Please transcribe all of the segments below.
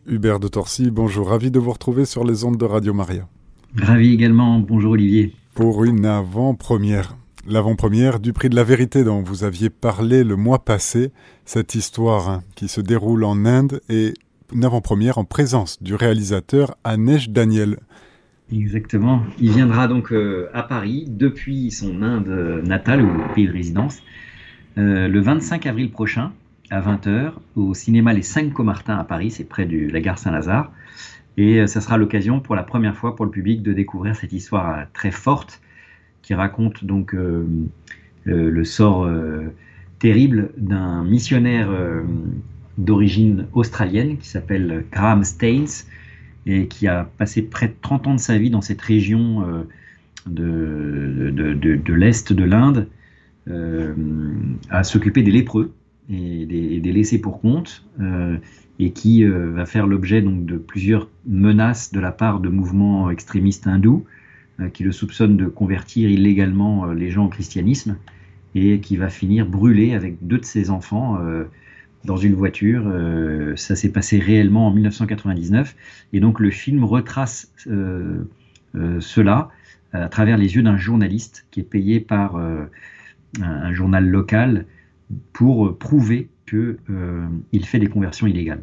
Hubert de Torcy, bonjour, ravi de vous retrouver sur les ondes de Radio Maria. Ravi également, bonjour Olivier. Pour une avant-première, l'avant-première du Prix de la Vérité dont vous aviez parlé le mois passé, cette histoire qui se déroule en Inde et une avant-première en présence du réalisateur Anesh Daniel. Exactement, il viendra donc à Paris depuis son Inde natale ou pays de résidence le 25 avril prochain à 20h au cinéma Les 5 Caumartins à Paris, c'est près de la gare Saint-Lazare. Et ça sera l'occasion pour la première fois pour le public de découvrir cette histoire très forte qui raconte donc le sort terrible d'un missionnaire d'origine australienne qui s'appelle Graham Staines et qui a passé près de 30 ans de sa vie dans cette région de l'Est de l'Inde à s'occuper des lépreux et des laissés pour compte et qui va faire l'objet donc de plusieurs menaces de la part de mouvements extrémistes hindous qui le soupçonnent de convertir illégalement les gens au christianisme et qui va finir brûlé avec 2 de ses enfants dans une voiture. Ça s'est passé réellement en 1999 et donc le film retrace cela à travers les yeux d'un journaliste qui est payé par un journal local pour prouver qu'il fait des conversions illégales.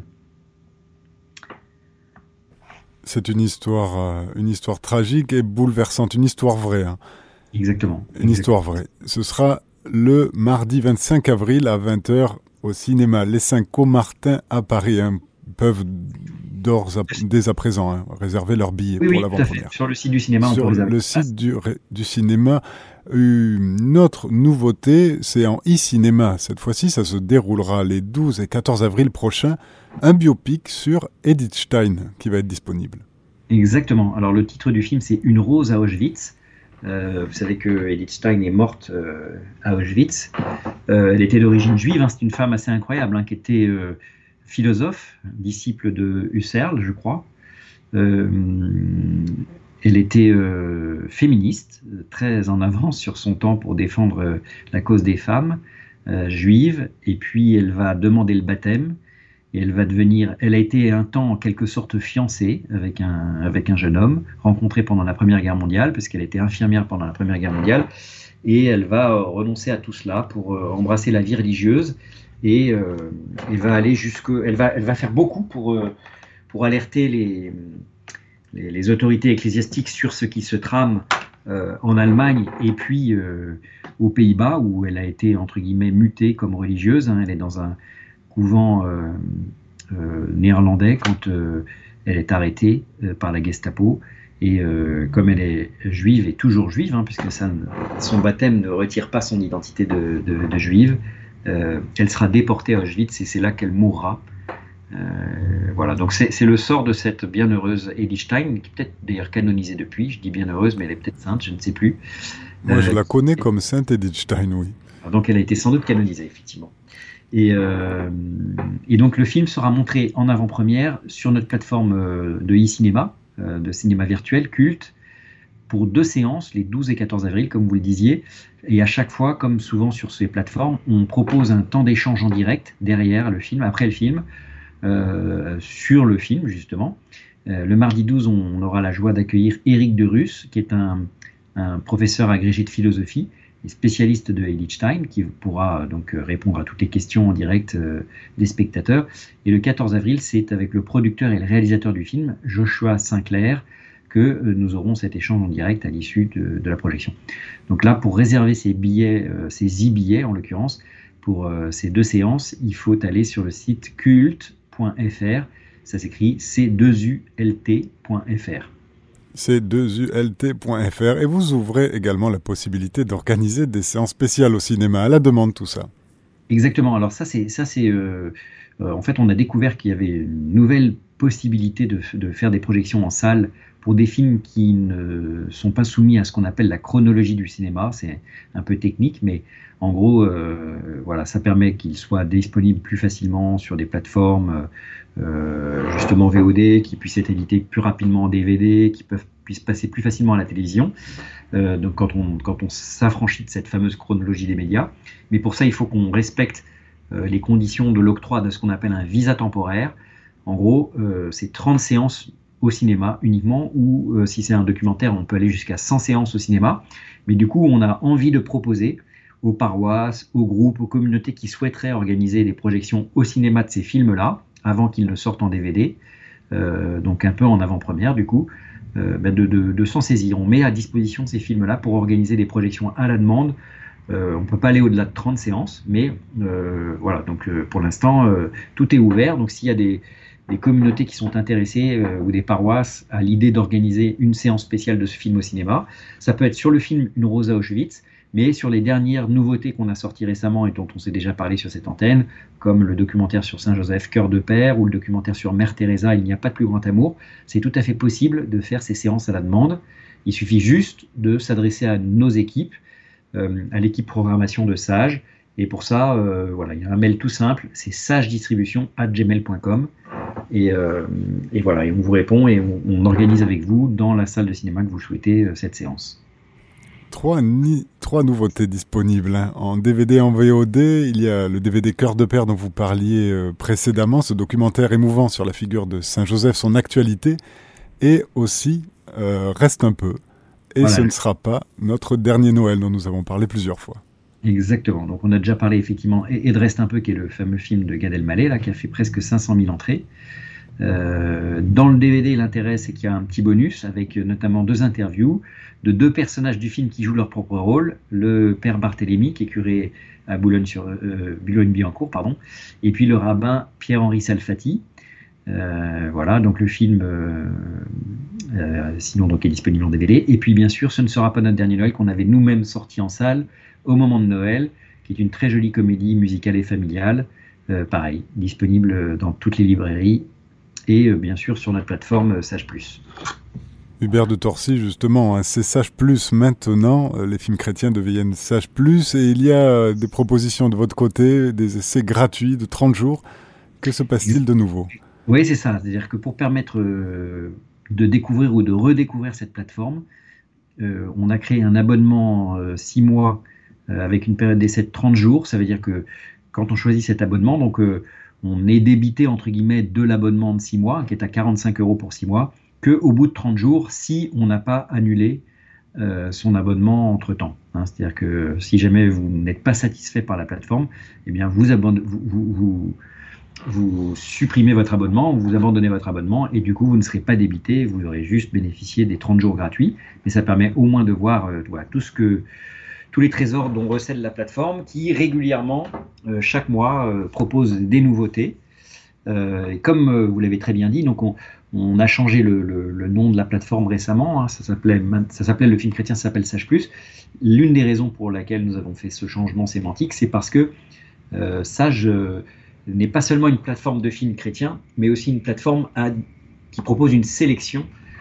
C'est une histoire tragique et bouleversante, une histoire vraie. Hein. Exactement. Une histoire vraie. Ce sera le mardi 25 avril à 20h au cinéma Les 5 Caumartins à Paris. Hein. Ils peuvent dès à présent réserver leurs billets pour l'avant-première. Sur le site du cinéma, sur le site du cinéma. Une autre nouveauté, c'est en e-cinéma. Cette fois-ci, ça se déroulera les 12 et 14 avril prochains. Un biopic sur Edith Stein qui va être disponible. Exactement. Alors le titre du film, c'est Une rose à Auschwitz. Vous savez que Edith Stein est morte à Auschwitz. Elle était d'origine juive. C'est une femme assez incroyable qui était philosophe, disciple de Husserl, je crois. Elle était féministe, très en avance sur son temps pour défendre la cause des femmes juives. Et puis elle va demander le baptême. Et elle a été un temps en quelque sorte fiancée avec un jeune homme rencontré pendant la Première Guerre mondiale, parce qu'elle était infirmière pendant la Première Guerre mondiale. Et elle va renoncer à tout cela pour embrasser la vie religieuse. Et elle va aller elle va faire beaucoup pour alerter les autorités ecclésiastiques sur ce qui se trame en Allemagne et puis aux Pays-Bas, où elle a été entre guillemets mutée comme religieuse. Elle est dans un couvent néerlandais quand elle est arrêtée par la Gestapo. Et comme elle est juive et toujours juive, puisque son baptême ne retire pas son identité de juive, elle sera déportée à Auschwitz et c'est là qu'elle mourra. Voilà, donc c'est le sort de cette bienheureuse Edith Stein, qui est peut-être d'ailleurs canonisée depuis. Je dis bienheureuse, mais elle est peut-être sainte, je ne sais plus. Moi, je la connais comme sainte Edith Stein, oui. Donc elle a été sans doute canonisée, effectivement. Et donc le film sera montré en avant-première sur notre plateforme de e-cinéma, de cinéma virtuel culte, pour 2 séances, les 12 et 14 avril, comme vous le disiez. Et à chaque fois, comme souvent sur ces plateformes, on propose un temps d'échange en direct derrière le film, après le film, sur le film justement. Le mardi 12, on aura la joie d'accueillir Éric Derus, qui est un professeur agrégé de philosophie, spécialiste de Edith Stein, qui pourra donc répondre à toutes les questions en direct des spectateurs. Et le 14 avril, c'est avec le producteur et le réalisateur du film, Joshua Sinclair, que nous aurons cet échange en direct à l'issue de la projection. Donc là, pour réserver ces billets, ces e-billets en l'occurrence, pour ces 2 séances, il faut aller sur le site culte.fr. Ça s'écrit c2ult.fr. c2ult.fr. Et vous ouvrez également la possibilité d'organiser des séances spéciales au cinéma, à la demande, tout ça. Exactement. Alors ça c'est en fait, on a découvert qu'il y avait une nouvelle possibilité de faire des projections en salle pour des films qui ne sont pas soumis à ce qu'on appelle la chronologie du cinéma. C'est un peu technique, mais en gros, voilà, ça permet qu'ils soient disponibles plus facilement sur des plateformes, justement VOD, qui puissent être édités plus rapidement en DVD, qui puissent passer plus facilement à la télévision. Donc quand on s'affranchit de cette fameuse chronologie des médias. Mais pour ça, il faut qu'on respecte les conditions de l'octroi de ce qu'on appelle un visa temporaire. En gros, c'est 30 séances au cinéma uniquement, ou si c'est un documentaire, on peut aller jusqu'à 100 séances au cinéma. Mais du coup, on a envie de proposer aux paroisses, aux groupes, aux communautés qui souhaiteraient organiser des projections au cinéma de ces films-là, avant qu'ils ne sortent en DVD, donc un peu en avant-première du coup, de s'en saisir. On met à disposition ces films-là pour organiser des projections à la demande. On ne peut pas aller au-delà de 30 séances, mais voilà, donc pour l'instant, tout est ouvert. Donc s'il y a des communautés qui sont intéressées ou des paroisses à l'idée d'organiser une séance spéciale de ce film au cinéma, ça peut être sur le film Une rose à Auschwitz, mais sur les dernières nouveautés qu'on a sorties récemment et dont on s'est déjà parlé sur cette antenne, comme le documentaire sur Saint-Joseph, Cœur de Père, ou le documentaire sur Mère Teresa, Il n'y a pas de plus grand amour, c'est tout à fait possible de faire ces séances à la demande. Il suffit juste de s'adresser à nos équipes, à l'équipe programmation de Sage. Et pour ça, voilà, il y a un mail tout simple, c'est sagedistribution@gmail.com. Et voilà, et on vous répond et on organise avec vous dans la salle de cinéma que vous souhaitez cette séance. Trois nouveautés disponibles, hein. En DVD, en VOD, il y a le DVD Cœur de Père dont vous parliez précédemment, ce documentaire émouvant sur la figure de Saint-Joseph, son actualité, et aussi Reste un peu. Et voilà. Ce ne sera pas notre dernier Noël dont nous avons parlé plusieurs fois. Exactement. Donc on a déjà parlé effectivement et de Reste un peu, qui est le fameux film de Gad Elmaleh, là, qui a fait presque 500 000 entrées. Dans le DVD, l'intérêt, c'est qu'il y a un petit bonus avec notamment 2 interviews de 2 personnages du film qui jouent leur propre rôle. Le père Barthélemy, qui est curé à Boulogne-Billancourt, et puis le rabbin Pierre-Henri Salfati. Voilà, donc le film sinon donc est disponible en DVD. Et puis bien sûr, Ce ne sera pas notre dernier Noël, qu'on avait nous-mêmes sorti en salle au moment de Noël, qui est une très jolie comédie musicale et familiale, pareil, disponible dans toutes les librairies et bien sûr sur notre plateforme Sage Plus. Hubert de Torcy, justement, hein, c'est Sage Plus maintenant, les films chrétiens deviennent Sage Plus, et il y a des propositions de votre côté, des essais gratuits de 30 jours. Que se passe-t-il de nouveau ? Oui, c'est ça, c'est-à-dire que pour permettre de découvrir ou de redécouvrir cette plateforme, on a créé un abonnement 6 mois avec une période d'essai de 30 jours. Ça veut dire que quand on choisit cet abonnement, donc on est débité entre guillemets de l'abonnement de 6 mois, qui est à 45 € pour 6 mois, qu'au bout de 30 jours, si on n'a pas annulé son abonnement entre-temps. Hein. C'est-à-dire que si jamais vous n'êtes pas satisfait par la plateforme, eh bien vous supprimez votre abonnement, vous abandonnez votre abonnement, et du coup vous ne serez pas débité, vous aurez juste bénéficié des 30 jours gratuits. Mais ça permet au moins de voir voilà, tous les trésors dont recèle la plateforme, qui régulièrement, chaque mois, propose des nouveautés. Et comme vous l'avez très bien dit, donc on a changé le nom de la plateforme récemment, hein, ça s'appelait Le Film Chrétien, ça s'appelle Sage Plus. L'une des raisons pour laquelle nous avons fait ce changement sémantique, c'est parce que Sage n'est pas seulement une plateforme de films chrétiens, mais aussi une plateforme qui propose une sélection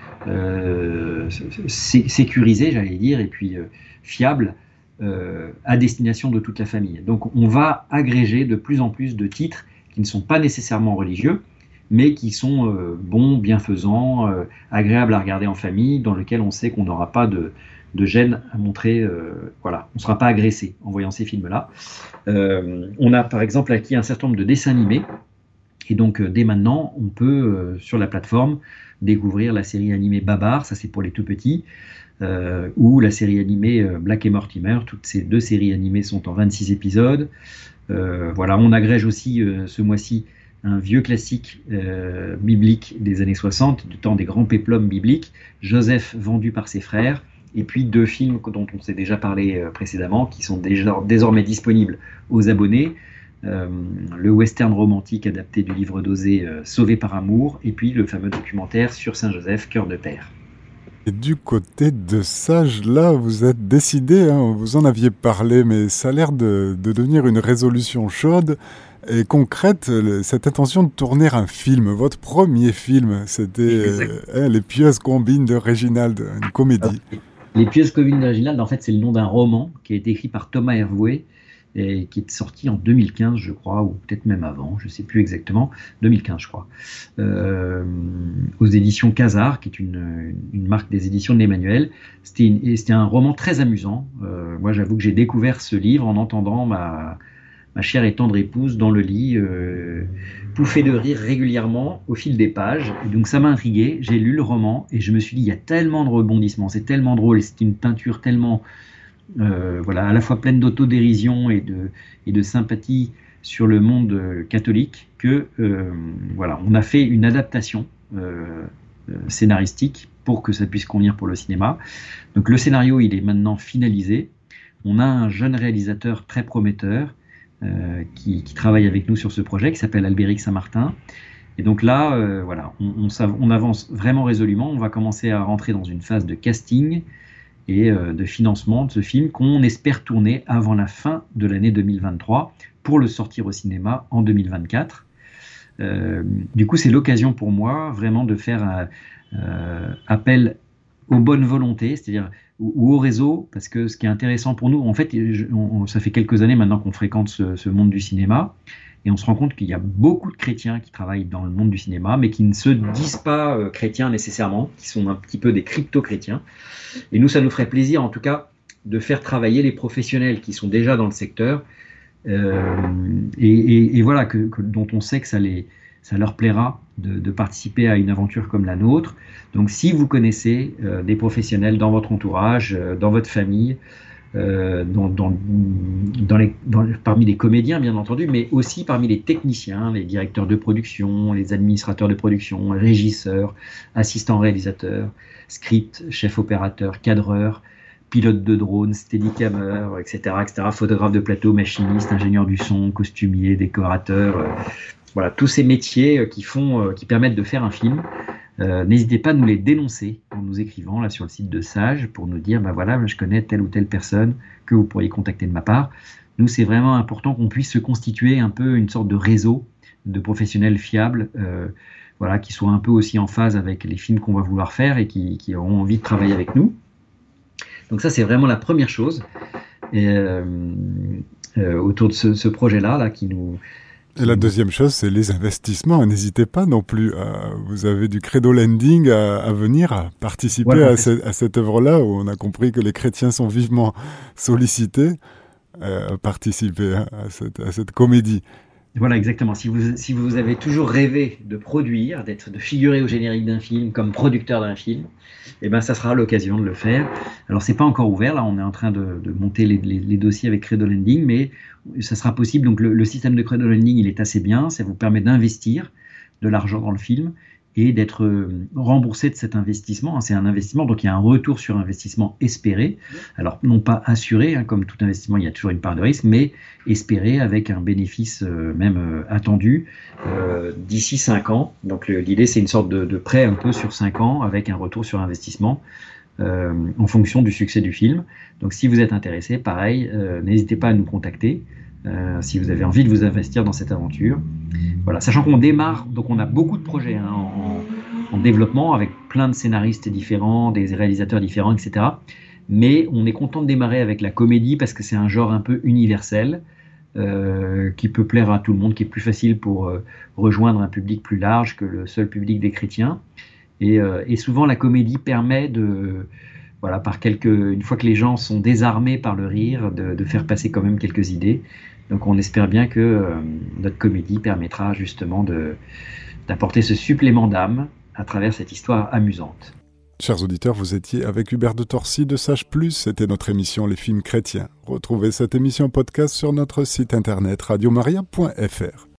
sécurisée, j'allais dire, et puis fiable, à destination de toute la famille. Donc on va agréger de plus en plus de titres qui ne sont pas nécessairement religieux, mais qui sont bons, bienfaisants, agréables à regarder en famille, dans lesquels on sait qu'on n'aura pas de gêne à montrer. Voilà, on ne sera pas agressé en voyant ces films-là. On a par exemple acquis un certain nombre de dessins animés, et donc dès maintenant, on peut sur la plateforme découvrir la série animée Babar, ça c'est pour les tout petits, ou la série animée Black et Mortimer. Toutes ces 2 séries animées sont en 26 épisodes. Voilà, on agrège aussi ce mois-ci un vieux classique biblique des années 60, du temps des grands péplums bibliques, Joseph vendu par ses frères, et puis 2 films dont on s'est déjà parlé précédemment, qui sont désormais disponibles aux abonnés. Le western romantique adapté du livre d'Osée, Sauvé par amour, et puis le fameux documentaire sur Saint-Joseph, Cœur de Père. Et du côté de Sage, là, vous êtes décidé, hein, vous en aviez parlé, mais ça a l'air de devenir une résolution chaude et concrète, cette intention de tourner un film. Votre premier film, c'était Les Pieuses Combines de Réginald, une comédie. Les Pieuses Combines de Réginald, en fait, c'est le nom d'un roman qui a été écrit par Thomas Hervouet, et qui est sorti en 2015, je crois, ou peut-être même avant, je ne sais plus exactement, 2015, je crois, aux éditions Casar, qui est une marque des éditions de l'Emmanuel. C'était un roman très amusant. Moi, j'avoue que j'ai découvert ce livre en entendant ma chère et tendre épouse dans le lit, pouffait de rire régulièrement au fil des pages. Et donc ça m'a intrigué, j'ai lu le roman et je me suis dit, il y a tellement de rebondissements, c'est tellement drôle, c'est une peinture tellement, à la fois pleine d'autodérision et de sympathie sur le monde catholique que, on a fait une adaptation scénaristique pour que ça puisse convenir pour le cinéma. Donc le scénario, il est maintenant finalisé. On a un jeune réalisateur très prometteur qui travaille avec nous sur ce projet, qui s'appelle Albéric Saint-Martin. Et donc là, on avance vraiment résolument. On va commencer à rentrer dans une phase de casting et de financement de ce film qu'on espère tourner avant la fin de l'année 2023 pour le sortir au cinéma en 2024. Du coup, c'est l'occasion pour moi vraiment de faire appel aux bonnes volontés, c'est-à-dire ou au réseau, parce que ce qui est intéressant pour nous, en fait, ça fait quelques années maintenant qu'on fréquente ce monde du cinéma, et on se rend compte qu'il y a beaucoup de chrétiens qui travaillent dans le monde du cinéma, mais qui ne se disent pas chrétiens nécessairement, qui sont un petit peu des crypto-chrétiens. Et nous, ça nous ferait plaisir, en tout cas, de faire travailler les professionnels qui sont déjà dans le secteur, dont on sait que ça leur plaira de participer à une aventure comme la nôtre. Donc si vous connaissez des professionnels dans votre entourage, dans votre famille, parmi les comédiens bien entendu, mais aussi parmi les techniciens, les directeurs de production, les administrateurs de production, régisseurs, assistants réalisateurs, script, chef opérateur, cadreur, pilote de drone, steadicammer, etc., photographe de plateau, machiniste, ingénieur du son, costumier, décorateur, tous ces métiers qui permettent de faire un film. N'hésitez pas à nous les dénoncer en nous écrivant là sur le site de Sage pour nous dire je connais telle ou telle personne que vous pourriez contacter de ma part. Nous, c'est vraiment important qu'on puisse se constituer un peu une sorte de réseau de professionnels fiables, qui soient un peu aussi en phase avec les films qu'on va vouloir faire et qui auront envie de travailler avec nous. Donc ça, c'est vraiment la première chose autour de ce projet-là qui nous... Et la deuxième chose, c'est les investissements. N'hésitez pas non plus. Vous avez du Credo Lending à venir, à participer à cette œuvre-là, où on a compris que les chrétiens sont vivement sollicités à participer à cette comédie. Voilà, exactement. Si vous avez toujours rêvé de produire, de figurer au générique d'un film comme producteur d'un film, ça sera l'occasion de le faire. Alors, c'est pas encore ouvert. Là, on est en train de monter les dossiers avec Credo Lending, mais ça sera possible. Donc, le système de Credo Lending, il est assez bien. Ça vous permet d'investir de l'argent dans le film et d'être remboursé de cet investissement. C'est un investissement, donc il y a un retour sur investissement espéré. Alors, non pas assuré, comme tout investissement, il y a toujours une part de risque, mais espéré avec un bénéfice même attendu d'ici 5 ans. Donc, l'idée, c'est une sorte de prêt un peu sur 5 ans avec un retour sur investissement en fonction du succès du film. Donc, si vous êtes intéressé, pareil, n'hésitez pas à nous contacter si vous avez envie de vous investir dans cette aventure. Voilà, sachant qu'on démarre, donc on a beaucoup de projets en développement avec plein de scénaristes différents, des réalisateurs différents, etc. Mais on est content de démarrer avec la comédie parce que c'est un genre un peu universel qui peut plaire à tout le monde, qui est plus facile pour rejoindre un public plus large que le seul public des chrétiens. Et souvent la comédie permet une fois que les gens sont désarmés par le rire, de faire passer quand même quelques idées. Donc on espère bien que notre comédie permettra justement d'apporter ce supplément d'âme à travers cette histoire amusante. Chers auditeurs, vous étiez avec Hubert de Torcy de Sage Plus. C'était notre émission Les Films Chrétiens. Retrouvez cette émission podcast sur notre site internet radiomaria.fr.